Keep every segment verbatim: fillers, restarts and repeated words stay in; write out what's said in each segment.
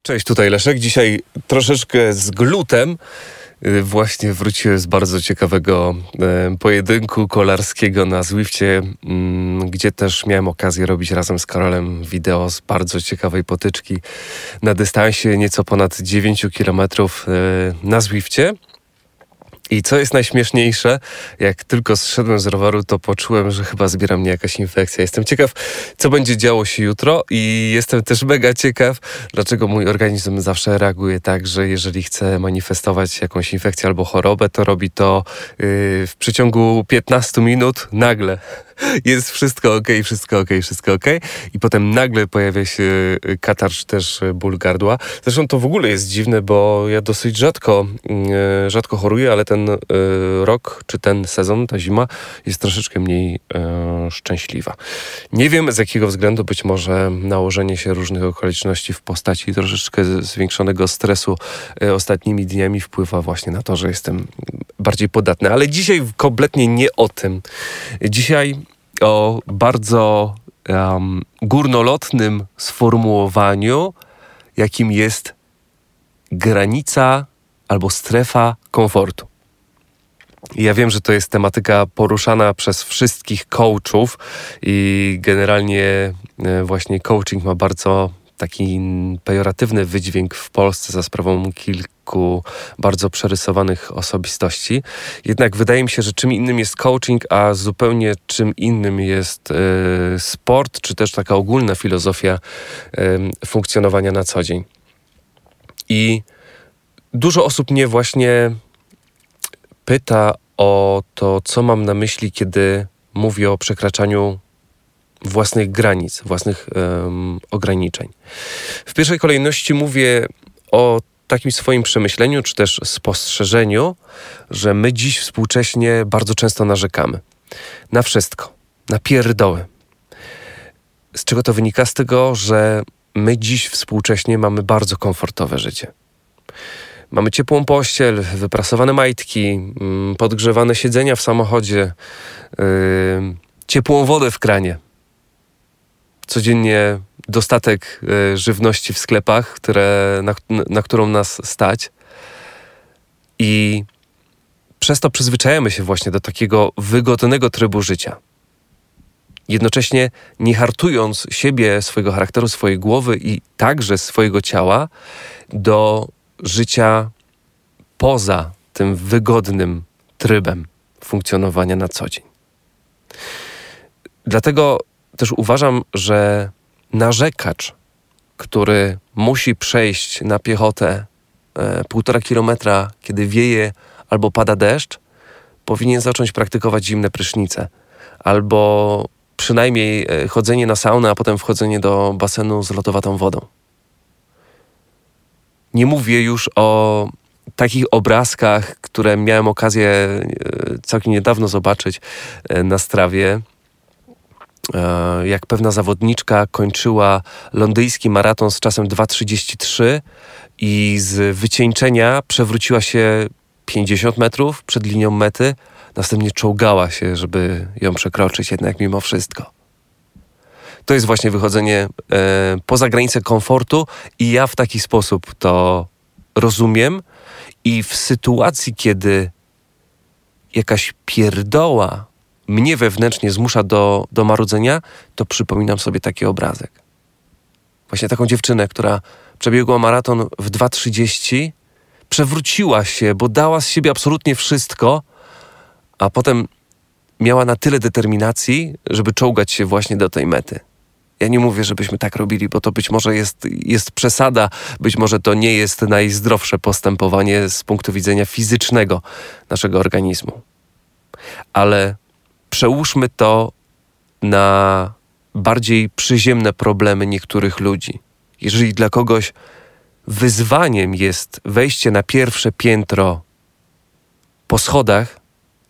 Cześć, tutaj Leszek. Dzisiaj troszeczkę z glutem. Właśnie wróciłem z bardzo ciekawego e, pojedynku kolarskiego na Zwifcie, m, gdzie też miałem okazję robić razem z Karolem wideo z bardzo ciekawej potyczki na dystansie nieco ponad dziewięć kilometrów e, na Zwifcie. I co jest najśmieszniejsze, jak tylko zszedłem z roweru, to poczułem, że chyba zbiera mnie jakaś infekcja. Jestem ciekaw, co będzie działo się jutro i jestem też mega ciekaw, dlaczego mój organizm zawsze reaguje tak, że jeżeli chce manifestować jakąś infekcję albo chorobę, to robi to yy, w przeciągu piętnastu minut nagle. Jest wszystko okej, wszystko okej, wszystko okej i potem nagle pojawia się katar czy też ból gardła. Zresztą to w ogóle jest dziwne, bo ja dosyć rzadko, yy, rzadko choruję, ale ten yy, rok czy ten sezon, ta zima jest troszeczkę mniej yy, szczęśliwa. Nie wiem z jakiego względu, być może nałożenie się różnych okoliczności w postaci troszeczkę zwiększonego stresu yy, ostatnimi dniami wpływa właśnie na to, że jestem bardziej podatny. Ale dzisiaj kompletnie nie o tym. Dzisiaj o bardzo um, górnolotnym sformułowaniu, jakim jest granica albo strefa komfortu. I ja wiem, że to jest tematyka poruszana przez wszystkich coachów i generalnie właśnie coaching ma bardzo taki pejoratywny wydźwięk w Polsce za sprawą kilku bardzo przerysowanych osobistości. Jednak wydaje mi się, że czym innym jest coaching, a zupełnie czym innym jest y, sport, czy też taka ogólna filozofia y, funkcjonowania na co dzień. I dużo osób mnie właśnie pyta o to, co mam na myśli, kiedy mówię o przekraczaniu własnych granic, własnych um, ograniczeń. W pierwszej kolejności mówię o takim swoim przemyśleniu, czy też spostrzeżeniu, że my dziś współcześnie bardzo często narzekamy. Na wszystko. Na pierdoły. Z czego to wynika? Z tego, że my dziś współcześnie mamy bardzo komfortowe życie. Mamy ciepłą pościel, wyprasowane majtki, podgrzewane siedzenia w samochodzie, yy, ciepłą wodę w kranie. Codziennie dostatek y, żywności w sklepach, które, na, na którą nas stać. I przez to przyzwyczajamy się właśnie do takiego wygodnego trybu życia. Jednocześnie nie hartując siebie, swojego charakteru, swojej głowy i także swojego ciała do życia poza tym wygodnym trybem funkcjonowania na co dzień. Dlatego też uważam, że narzekacz, który musi przejść na piechotę e, półtora kilometra, kiedy wieje albo pada deszcz, powinien zacząć praktykować zimne prysznice. Albo przynajmniej e, chodzenie na saunę, a potem wchodzenie do basenu z lodowatą wodą. Nie mówię już o takich obrazkach, które miałem okazję e, całkiem niedawno zobaczyć e, na Strawie, jak pewna zawodniczka kończyła londyński maraton z czasem dwa trzydzieści trzy i z wycieńczenia przewróciła się pięćdziesiąt metrów przed linią mety, następnie czołgała się, żeby ją przekroczyć, jednak mimo wszystko. To jest właśnie wychodzenie e, poza granicę komfortu i ja w taki sposób to rozumiem i w sytuacji, kiedy jakaś pierdoła mnie wewnętrznie zmusza do, do marudzenia, to przypominam sobie taki obrazek. Właśnie taką dziewczynę, która przebiegła maraton w dwa trzydzieści, przewróciła się, bo dała z siebie absolutnie wszystko, a potem miała na tyle determinacji, żeby czołgać się właśnie do tej mety. Ja nie mówię, żebyśmy tak robili, bo to być może jest, jest przesada, być może to nie jest najzdrowsze postępowanie z punktu widzenia fizycznego naszego organizmu. Ale przełóżmy to na bardziej przyziemne problemy niektórych ludzi. Jeżeli dla kogoś wyzwaniem jest wejście na pierwsze piętro po schodach,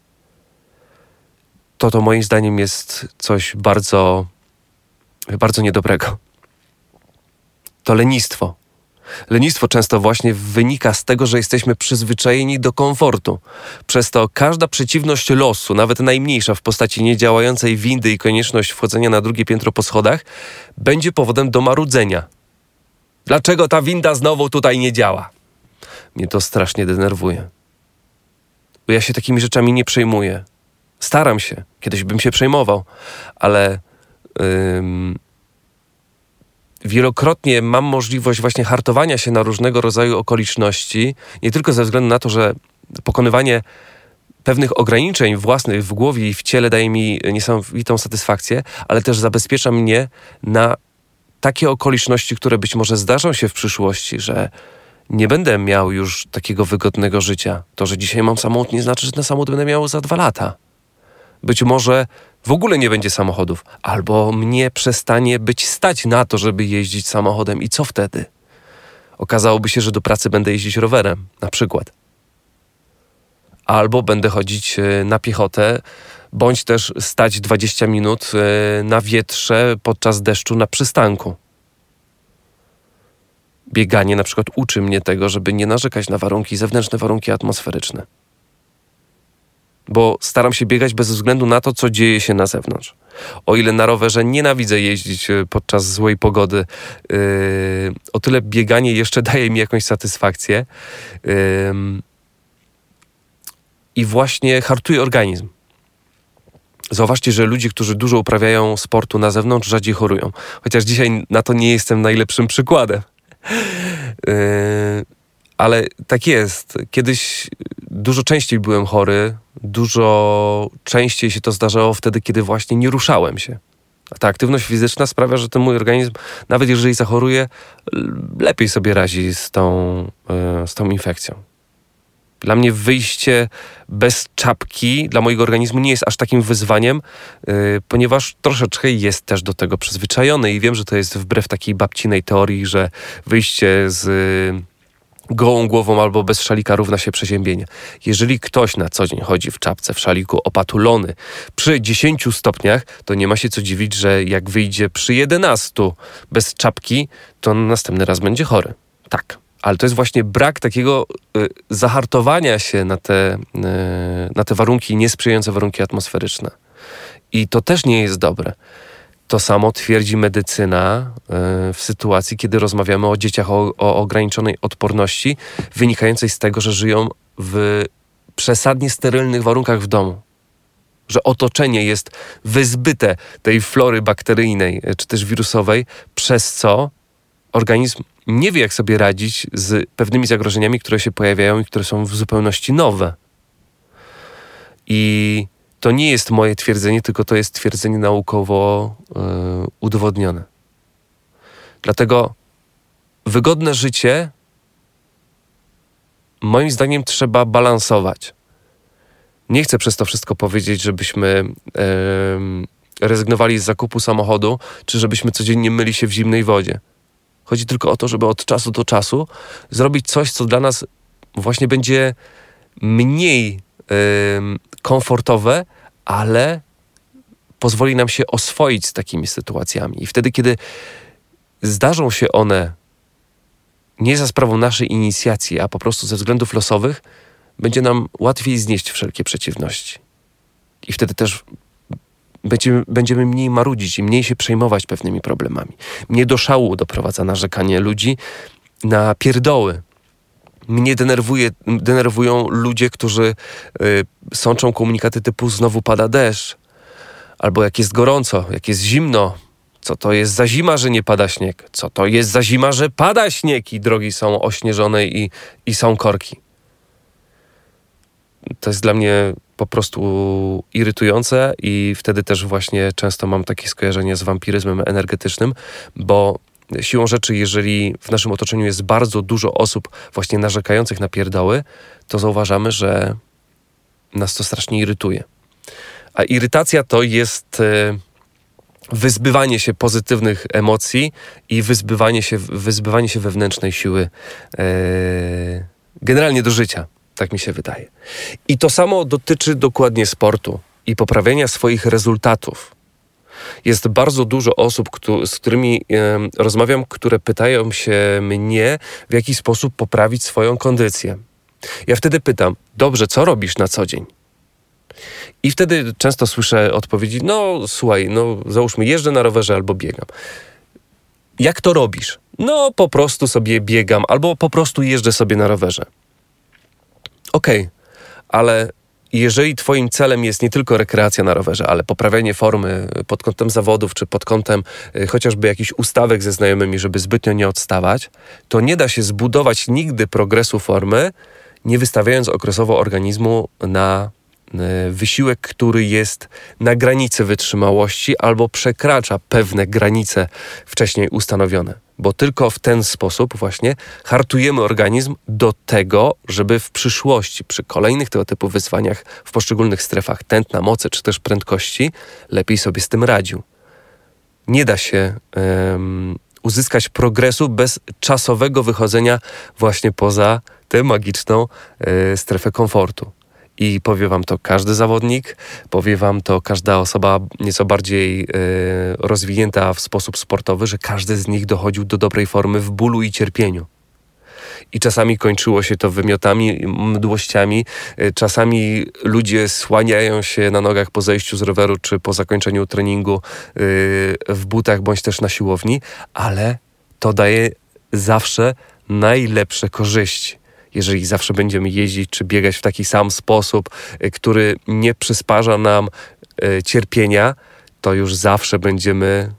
to to moim zdaniem jest coś bardzo, bardzo niedobrego. To lenistwo. Lenistwo często właśnie wynika z tego, że jesteśmy przyzwyczajeni do komfortu. Przez to każda przeciwność losu, nawet najmniejsza w postaci niedziałającej windy i konieczność wchodzenia na drugie piętro po schodach, będzie powodem do marudzenia. Dlaczego ta winda znowu tutaj nie działa? Mnie to strasznie denerwuje. Bo ja się takimi rzeczami nie przejmuję. Staram się. Kiedyś bym się przejmował, ale ym, wielokrotnie mam możliwość właśnie hartowania się na różnego rodzaju okoliczności, nie tylko ze względu na to, że pokonywanie pewnych ograniczeń własnych w głowie i w ciele daje mi niesamowitą satysfakcję, ale też zabezpiecza mnie na takie okoliczności, które być może zdarzą się w przyszłości, że nie będę miał już takiego wygodnego życia. To, że dzisiaj mam samochód, nie znaczy, że ten samochód będę miał za dwa lata. Być może w ogóle nie będzie samochodów, albo mnie przestanie być stać na to, żeby jeździć samochodem. I co wtedy? Okazałoby się, że do pracy będę jeździć rowerem, na przykład. Albo będę chodzić na piechotę, bądź też stać dwadzieścia minut na wietrze podczas deszczu na przystanku. Bieganie na przykład uczy mnie tego, żeby nie narzekać na warunki, zewnętrzne warunki atmosferyczne. Bo staram się biegać bez względu na to, co dzieje się na zewnątrz. O ile na rowerze nienawidzę jeździć podczas złej pogody, yy, o tyle bieganie jeszcze daje mi jakąś satysfakcję. Yy, I właśnie hartuje organizm. Zauważcie, że ludzie, którzy dużo uprawiają sportu na zewnątrz, rzadziej chorują. Chociaż dzisiaj na to nie jestem najlepszym przykładem. Yy, ale tak jest. Kiedyś dużo częściej byłem chory, dużo częściej się to zdarzało wtedy, kiedy właśnie nie ruszałem się. A ta aktywność fizyczna sprawia, że ten mój organizm, nawet jeżeli zachoruje, lepiej sobie radzi z tą, yy, z tą infekcją. Dla mnie wyjście bez czapki dla mojego organizmu nie jest aż takim wyzwaniem, yy, ponieważ troszeczkę jest też do tego przyzwyczajony i wiem, że to jest wbrew takiej babcinej teorii, że wyjście z yy, gołą głową albo bez szalika równa się przeziębienie. Jeżeli ktoś na co dzień chodzi w czapce, w szaliku opatulony przy dziesięciu stopniach, to nie ma się co dziwić, że jak wyjdzie przy jedenastu bez czapki, to następny raz będzie chory. Tak. Ale to jest właśnie brak takiego y, zahartowania się na te, y, na te warunki, niesprzyjające warunki atmosferyczne. I to też nie jest dobre. To samo twierdzi medycyna y, w sytuacji, kiedy rozmawiamy o dzieciach o, o ograniczonej odporności, wynikającej z tego, że żyją w przesadnie sterylnych warunkach w domu. Że otoczenie jest wyzbyte tej flory bakteryjnej czy też wirusowej, przez co organizm nie wie, jak sobie radzić z pewnymi zagrożeniami, które się pojawiają i które są w zupełności nowe. I to nie jest moje twierdzenie, tylko to jest twierdzenie naukowo yy, udowodnione. Dlatego wygodne życie moim zdaniem trzeba balansować. Nie chcę przez to wszystko powiedzieć, żebyśmy yy, rezygnowali z zakupu samochodu, czy żebyśmy codziennie myli się w zimnej wodzie. Chodzi tylko o to, żeby od czasu do czasu zrobić coś, co dla nas właśnie będzie mniej yy, komfortowe, ale pozwoli nam się oswoić z takimi sytuacjami. I wtedy, kiedy zdarzą się one nie za sprawą naszej inicjacji, a po prostu ze względów losowych, będzie nam łatwiej znieść wszelkie przeciwności. I wtedy też Będziemy, będziemy mniej marudzić i mniej się przejmować pewnymi problemami. Mnie do szału doprowadza narzekanie ludzi na pierdoły. Mnie denerwuje, denerwują ludzie, którzy y, sączą komunikaty typu znowu pada deszcz, albo jak jest gorąco, jak jest zimno, co to jest za zima, że nie pada śnieg, co to jest za zima, że pada śnieg i drogi są ośnieżone i, i są korki. To jest dla mnie po prostu irytujące i wtedy też właśnie często mam takie skojarzenie z wampiryzmem energetycznym, bo siłą rzeczy, jeżeli w naszym otoczeniu jest bardzo dużo osób właśnie narzekających na pierdoły, to zauważamy, że nas to strasznie irytuje. A irytacja to jest wyzbywanie się pozytywnych emocji i wyzbywanie się, wyzbywanie się wewnętrznej siły generalnie do życia. Tak mi się wydaje. I to samo dotyczy dokładnie sportu i poprawiania swoich rezultatów. Jest bardzo dużo osób, któ- z którymi e, rozmawiam, które pytają się mnie, w jaki sposób poprawić swoją kondycję. Ja wtedy pytam, dobrze, co robisz na co dzień? I wtedy często słyszę odpowiedzi, no słuchaj, no załóżmy, jeżdżę na rowerze albo biegam. Jak to robisz? No po prostu sobie biegam albo po prostu jeżdżę sobie na rowerze. Okej, okay, ale jeżeli twoim celem jest nie tylko rekreacja na rowerze, ale poprawianie formy pod kątem zawodów, czy pod kątem y, chociażby jakichś ustawek ze znajomymi, żeby zbytnio nie odstawać, to nie da się zbudować nigdy progresu formy, nie wystawiając okresowo organizmu na y, wysiłek, który jest na granicy wytrzymałości albo przekracza pewne granice wcześniej ustanowione. Bo tylko w ten sposób właśnie hartujemy organizm do tego, żeby w przyszłości, przy kolejnych tego typu wyzwaniach w poszczególnych strefach tętna, mocy czy też prędkości, lepiej sobie z tym radził. Nie da się um, uzyskać progresu bez czasowego wychodzenia właśnie poza tę magiczną y, strefę komfortu. I powie wam to każdy zawodnik, powie wam to każda osoba nieco bardziej y, rozwinięta w sposób sportowy, że każdy z nich dochodził do dobrej formy w bólu i cierpieniu. I czasami kończyło się to wymiotami, mdłościami, y, czasami ludzie słaniają się na nogach po zejściu z roweru czy po zakończeniu treningu y, w butach bądź też na siłowni, ale to daje zawsze najlepsze korzyści. Jeżeli zawsze będziemy jeździć czy biegać w taki sam sposób, który nie przysparza nam e, cierpienia, to już zawsze będziemy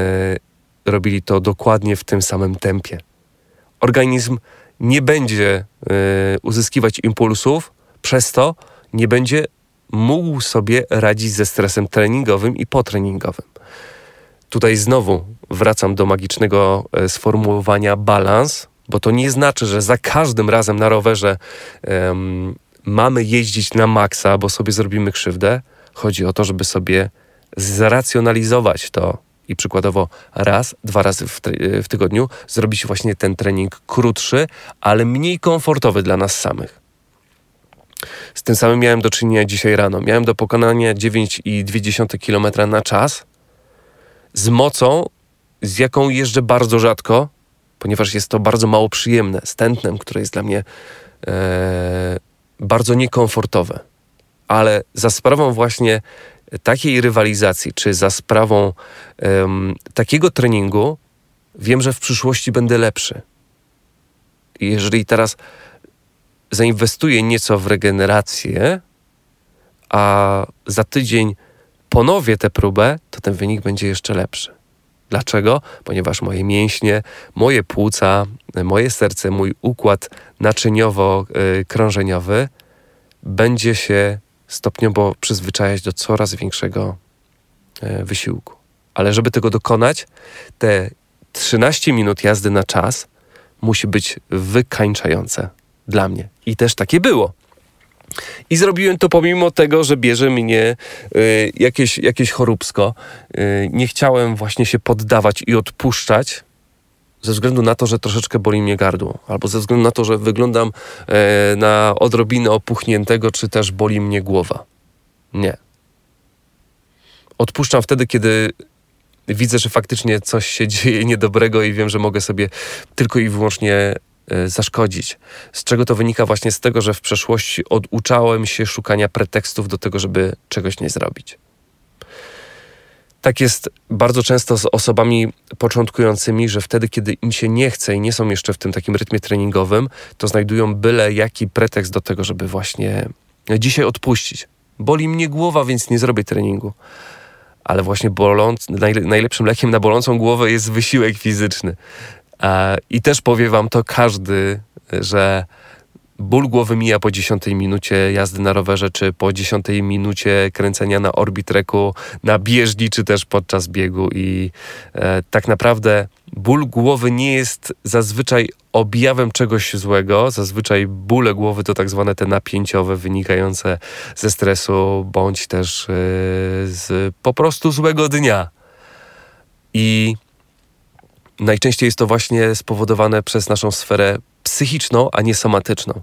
e, robili to dokładnie w tym samym tempie. Organizm nie będzie e, uzyskiwać impulsów, przez to nie będzie mógł sobie radzić ze stresem treningowym i potreningowym. Tutaj znowu wracam do magicznego e, sformułowania balans, bo to nie znaczy, że za każdym razem na rowerze um, mamy jeździć na maksa, bo sobie zrobimy krzywdę. Chodzi o to, żeby sobie zracjonalizować to i przykładowo raz, dwa razy w, ty- w tygodniu zrobić właśnie ten trening krótszy, ale mniej komfortowy dla nas samych. Z tym samym miałem do czynienia dzisiaj rano. Miałem do pokonania dziewięć przecinek dwa kilometra na czas z mocą, z jaką jeżdżę bardzo rzadko, ponieważ jest to bardzo mało przyjemne, z tętnem, które jest dla mnie e, bardzo niekomfortowe. Ale za sprawą właśnie takiej rywalizacji, czy za sprawą e, takiego treningu, wiem, że w przyszłości będę lepszy. I jeżeli teraz zainwestuję nieco w regenerację, a za tydzień ponowię tę próbę, to ten wynik będzie jeszcze lepszy. Dlaczego? Ponieważ moje mięśnie, moje płuca, moje serce, mój układ naczyniowo-krążeniowy będzie się stopniowo przyzwyczajać do coraz większego wysiłku. Ale żeby tego dokonać, te trzynaście minut jazdy na czas musi być wykańczające dla mnie. I też takie było. I zrobiłem to pomimo tego, że bierze mnie y, jakieś, jakieś choróbsko. Y, nie chciałem właśnie się poddawać i odpuszczać ze względu na to, że troszeczkę boli mnie gardło. Albo ze względu na to, że wyglądam y, na odrobinę opuchniętego, czy też boli mnie głowa. Nie. Odpuszczam wtedy, kiedy widzę, że faktycznie coś się dzieje niedobrego i wiem, że mogę sobie tylko i wyłącznie zaszkodzić. Z czego to wynika? Właśnie z tego, że w przeszłości oduczałem się szukania pretekstów do tego, żeby czegoś nie zrobić. Tak jest bardzo często z osobami początkującymi, że wtedy, kiedy im się nie chce i nie są jeszcze w tym takim rytmie treningowym, to znajdują byle jaki pretekst do tego, żeby właśnie dzisiaj odpuścić. Boli mnie głowa, więc nie zrobię treningu. Ale właśnie boląc, najlepszym lekiem na bolącą głowę jest wysiłek fizyczny. I też powie wam to każdy, że ból głowy mija po dziesiątej minucie jazdy na rowerze, czy po dziesiątej minucie kręcenia na orbitreku, na bieżni, czy też podczas biegu. I e, tak naprawdę ból głowy nie jest zazwyczaj objawem czegoś złego. Zazwyczaj bóle głowy to tak zwane te napięciowe, wynikające ze stresu, bądź też e, z po prostu złego dnia. I najczęściej jest to właśnie spowodowane przez naszą sferę psychiczną, a nie somatyczną.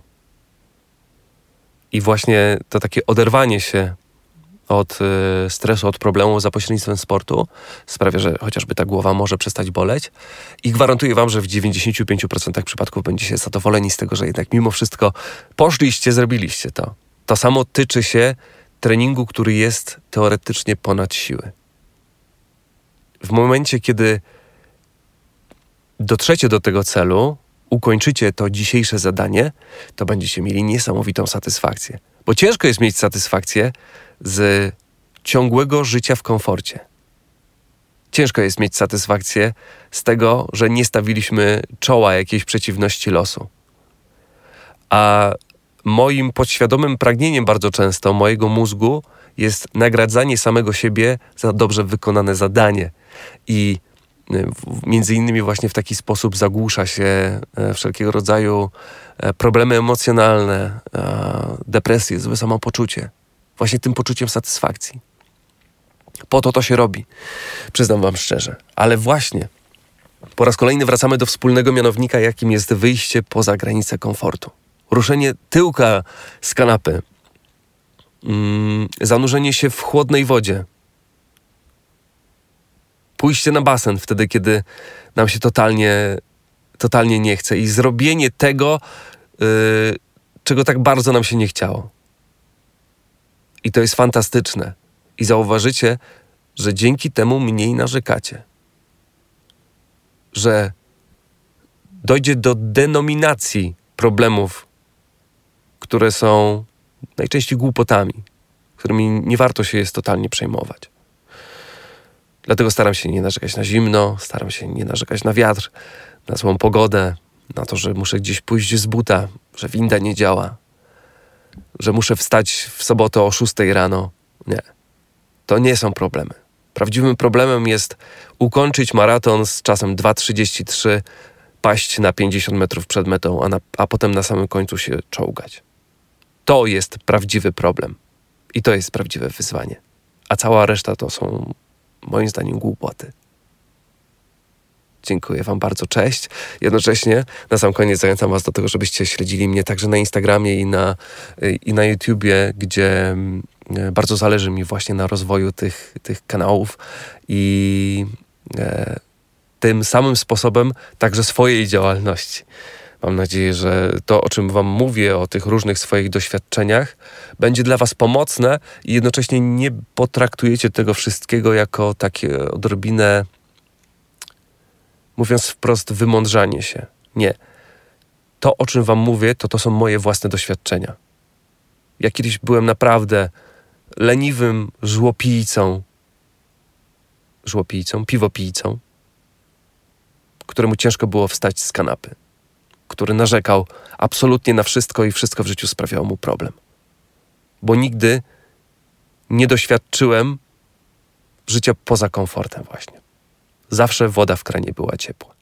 I właśnie to takie oderwanie się od y, stresu, od problemu za pośrednictwem sportu sprawia, że chociażby ta głowa może przestać boleć i gwarantuję wam, że w dziewięćdziesięciu pięciu procentach przypadków będziecie zadowoleni z tego, że jednak mimo wszystko poszliście, zrobiliście to. To samo tyczy się treningu, który jest teoretycznie ponad siły. W momencie, kiedy dotrzecie do tego celu, ukończycie to dzisiejsze zadanie, to będziecie mieli niesamowitą satysfakcję. Bo ciężko jest mieć satysfakcję z ciągłego życia w komforcie. Ciężko jest mieć satysfakcję z tego, że nie stawiliśmy czoła jakiejś przeciwności losu. A moim podświadomym pragnieniem bardzo często mojego mózgu jest nagradzanie samego siebie za dobrze wykonane zadanie. I między innymi właśnie w taki sposób zagłusza się wszelkiego rodzaju problemy emocjonalne, depresje, złe samopoczucie. Właśnie tym poczuciem satysfakcji. Po to to się robi. Przyznam wam szczerze. Ale właśnie po raz kolejny wracamy do wspólnego mianownika, jakim jest wyjście poza granicę komfortu. Ruszenie tyłka z kanapy. Mm, zanurzenie się w chłodnej wodzie. Pójście na basen wtedy, kiedy nam się totalnie, totalnie nie chce. I zrobienie tego, yy, czego tak bardzo nam się nie chciało. I to jest fantastyczne. I zauważycie, że dzięki temu mniej narzekacie. Że dojdzie do denominacji problemów, które są najczęściej głupotami, którymi nie warto się jest totalnie przejmować. Dlatego staram się nie narzekać na zimno, staram się nie narzekać na wiatr, na złą pogodę, na to, że muszę gdzieś pójść z buta, że winda nie działa, że muszę wstać w sobotę o szóstej rano. Nie. To nie są problemy. Prawdziwym problemem jest ukończyć maraton z czasem dwa trzydzieści trzy, paść na pięćdziesiąt metrów przed metą, a, na, a potem na samym końcu się czołgać. To jest prawdziwy problem. I to jest prawdziwe wyzwanie. A cała reszta to są, moim zdaniem, głupoty. Dziękuję wam bardzo, cześć. Jednocześnie na sam koniec zachęcam was do tego, żebyście śledzili mnie także na Instagramie i na, i na YouTubie, gdzie bardzo zależy mi właśnie na rozwoju tych, tych kanałów i e, tym samym sposobem także swojej działalności. Mam nadzieję, że to, o czym wam mówię, o tych różnych swoich doświadczeniach, będzie dla was pomocne i jednocześnie nie potraktujecie tego wszystkiego jako takie odrobinę, mówiąc wprost, wymądrzanie się. Nie. To, o czym wam mówię, to to są moje własne doświadczenia. Ja kiedyś byłem naprawdę leniwym żłopijcą, żłopijcą, piwopijcą, któremu ciężko było wstać z kanapy, który narzekał absolutnie na wszystko i wszystko w życiu sprawiało mu problem. Bo nigdy nie doświadczyłem życia poza komfortem właśnie. Zawsze woda w kranie była ciepła.